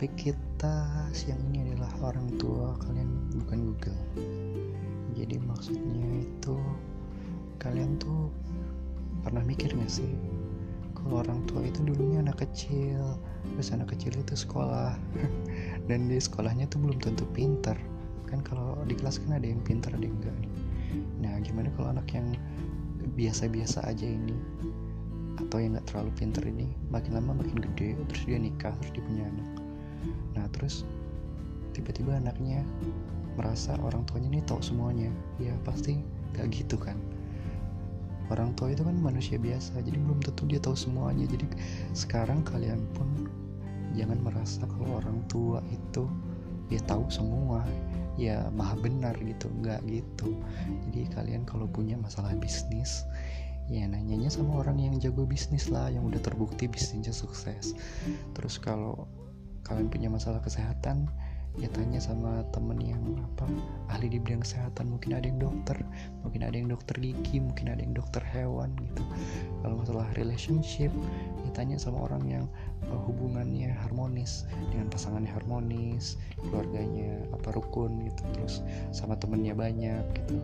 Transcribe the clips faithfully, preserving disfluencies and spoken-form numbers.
Topik kita siang ini adalah orang tua kalian bukan Google. Jadi maksudnya itu, kalian tuh pernah mikir gak sih kalau orang tua itu dulunya anak kecil, terus anak kecil itu sekolah dan di sekolahnya tuh belum tentu pintar. Kan kalau di kelas kan ada yang pintar, ada yang enggak nih. Nah gimana kalau anak yang biasa-biasa aja ini, atau yang gak terlalu pintar ini, makin lama makin gede, terus dia nikah, terus dia punya anak. Nah terus tiba-tiba anaknya merasa orang tuanya ini tahu semuanya. Ya pasti gak gitu kan. Orang tua itu kan manusia biasa, jadi belum tentu dia tahu semuanya. Jadi sekarang kalian pun jangan merasa kalau orang tua itu dia tahu semua, ya maha benar gitu. Enggak gitu. Jadi kalian kalau punya masalah bisnis, ya nanyanya sama orang yang jago bisnis lah, yang udah terbukti bisnisnya sukses. Terus kalau kalian punya masalah kesehatan, ya tanya sama temen yang apa ahli di bidang kesehatan. Mungkin ada yang dokter, mungkin ada yang dokter gigi, mungkin ada yang dokter hewan gitu. Kalau masalah relationship, ya tanya sama orang yang uh, hubungannya harmonis, dengan pasangannya harmonis, keluarganya apa rukun gitu, terus sama temennya banyak gitu.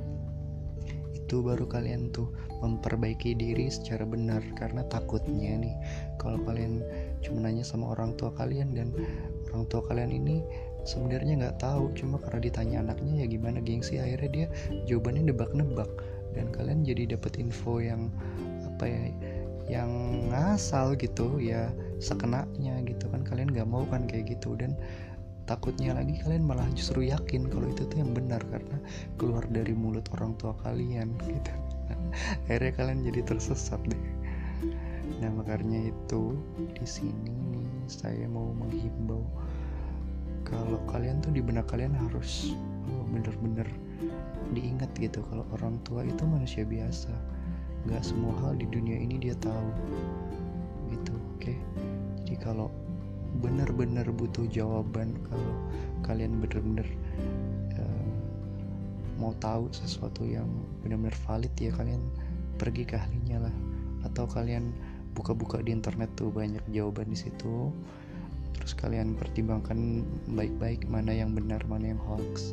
Itu baru kalian tuh memperbaiki diri secara benar. Karena takutnya nih, kalau kalian cuma nanya sama orang tua kalian, dan orang tua kalian ini sebenarnya nggak tahu, cuma karena ditanya anaknya ya gimana gengsi, akhirnya dia jawabannya nebak-nebak, dan kalian jadi dapat info yang apa ya, yang ngasal gitu ya, sekenanya gitu kan. Kalian nggak mau kan kayak gitu, dan takutnya lagi kalian malah justru yakin kalau itu tuh yang benar karena keluar dari mulut orang tua kalian gitu. Akhirnya kalian jadi tersesat deh. Nah makanya itu di sini nih saya mau menghimbau kalau kalian tuh di benak kalian harus oh, bener-bener diingat gitu kalau orang tua itu manusia biasa. Gak semua hal di dunia ini dia tahu gitu, oke okay? Jadi kalau benar-benar butuh jawaban, kalau kalian benar-benar uh, mau tahu sesuatu yang benar-benar valid, ya kalian pergi ke ahlinya lah, atau kalian buka-buka di internet tuh banyak jawaban di situ. Terus kalian pertimbangkan baik-baik mana yang benar, mana yang hoax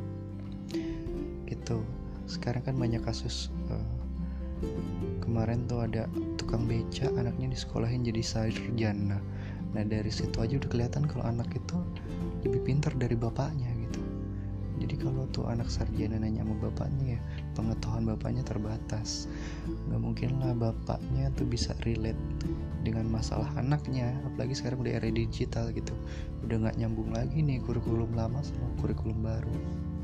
gitu. Sekarang kan banyak kasus uh, kemarin tuh ada tukang beca, anaknya disekolahin jadi sarjana. Nah dari situ aja udah kelihatan kalau anak itu lebih pintar dari bapaknya gitu. Jadi kalau tuh anak sarjana nanya sama bapaknya, ya pengetahuan bapaknya terbatas. Gak mungkin lah bapaknya tuh bisa relate dengan masalah anaknya. Apalagi sekarang udah era digital gitu, udah gak nyambung lagi nih kurikulum lama sama kurikulum baru.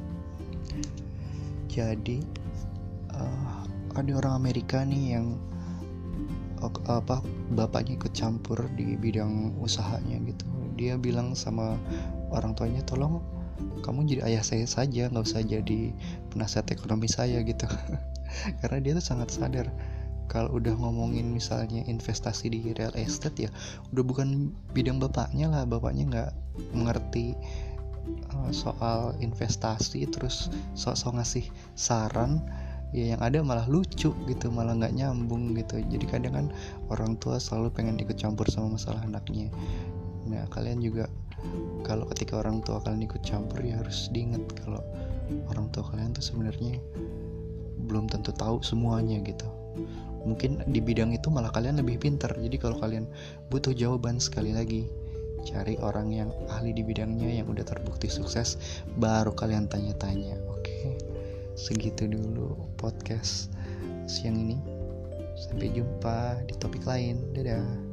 Jadi uh, ada orang Amerika nih yang apa bapaknya ikut campur di bidang usahanya gitu. Dia bilang sama orang tuanya, tolong kamu jadi ayah saya saja, nggak usah jadi penasihat ekonomi saya gitu. Karena dia tuh sangat sadar kalau udah ngomongin misalnya investasi di real estate, ya udah bukan bidang bapaknya lah. Bapaknya nggak mengerti uh, soal investasi, terus sok-sok ngasih saran, ya yang ada malah lucu gitu, malah nggak nyambung gitu. Jadi kadang kan orang tua selalu pengen ikut campur sama masalah anaknya. Nah kalian juga kalau ketika orang tua kalian ikut campur, ya harus diingat kalau orang tua kalian tuh sebenarnya belum tentu tahu semuanya gitu. Mungkin di bidang itu malah kalian lebih pintar. Jadi kalau kalian butuh jawaban, sekali lagi cari orang yang ahli di bidangnya, yang udah terbukti sukses, baru kalian tanya-tanya. Oke, segitu dulu podcast siang ini. Sampai jumpa di topik lain. Dadah.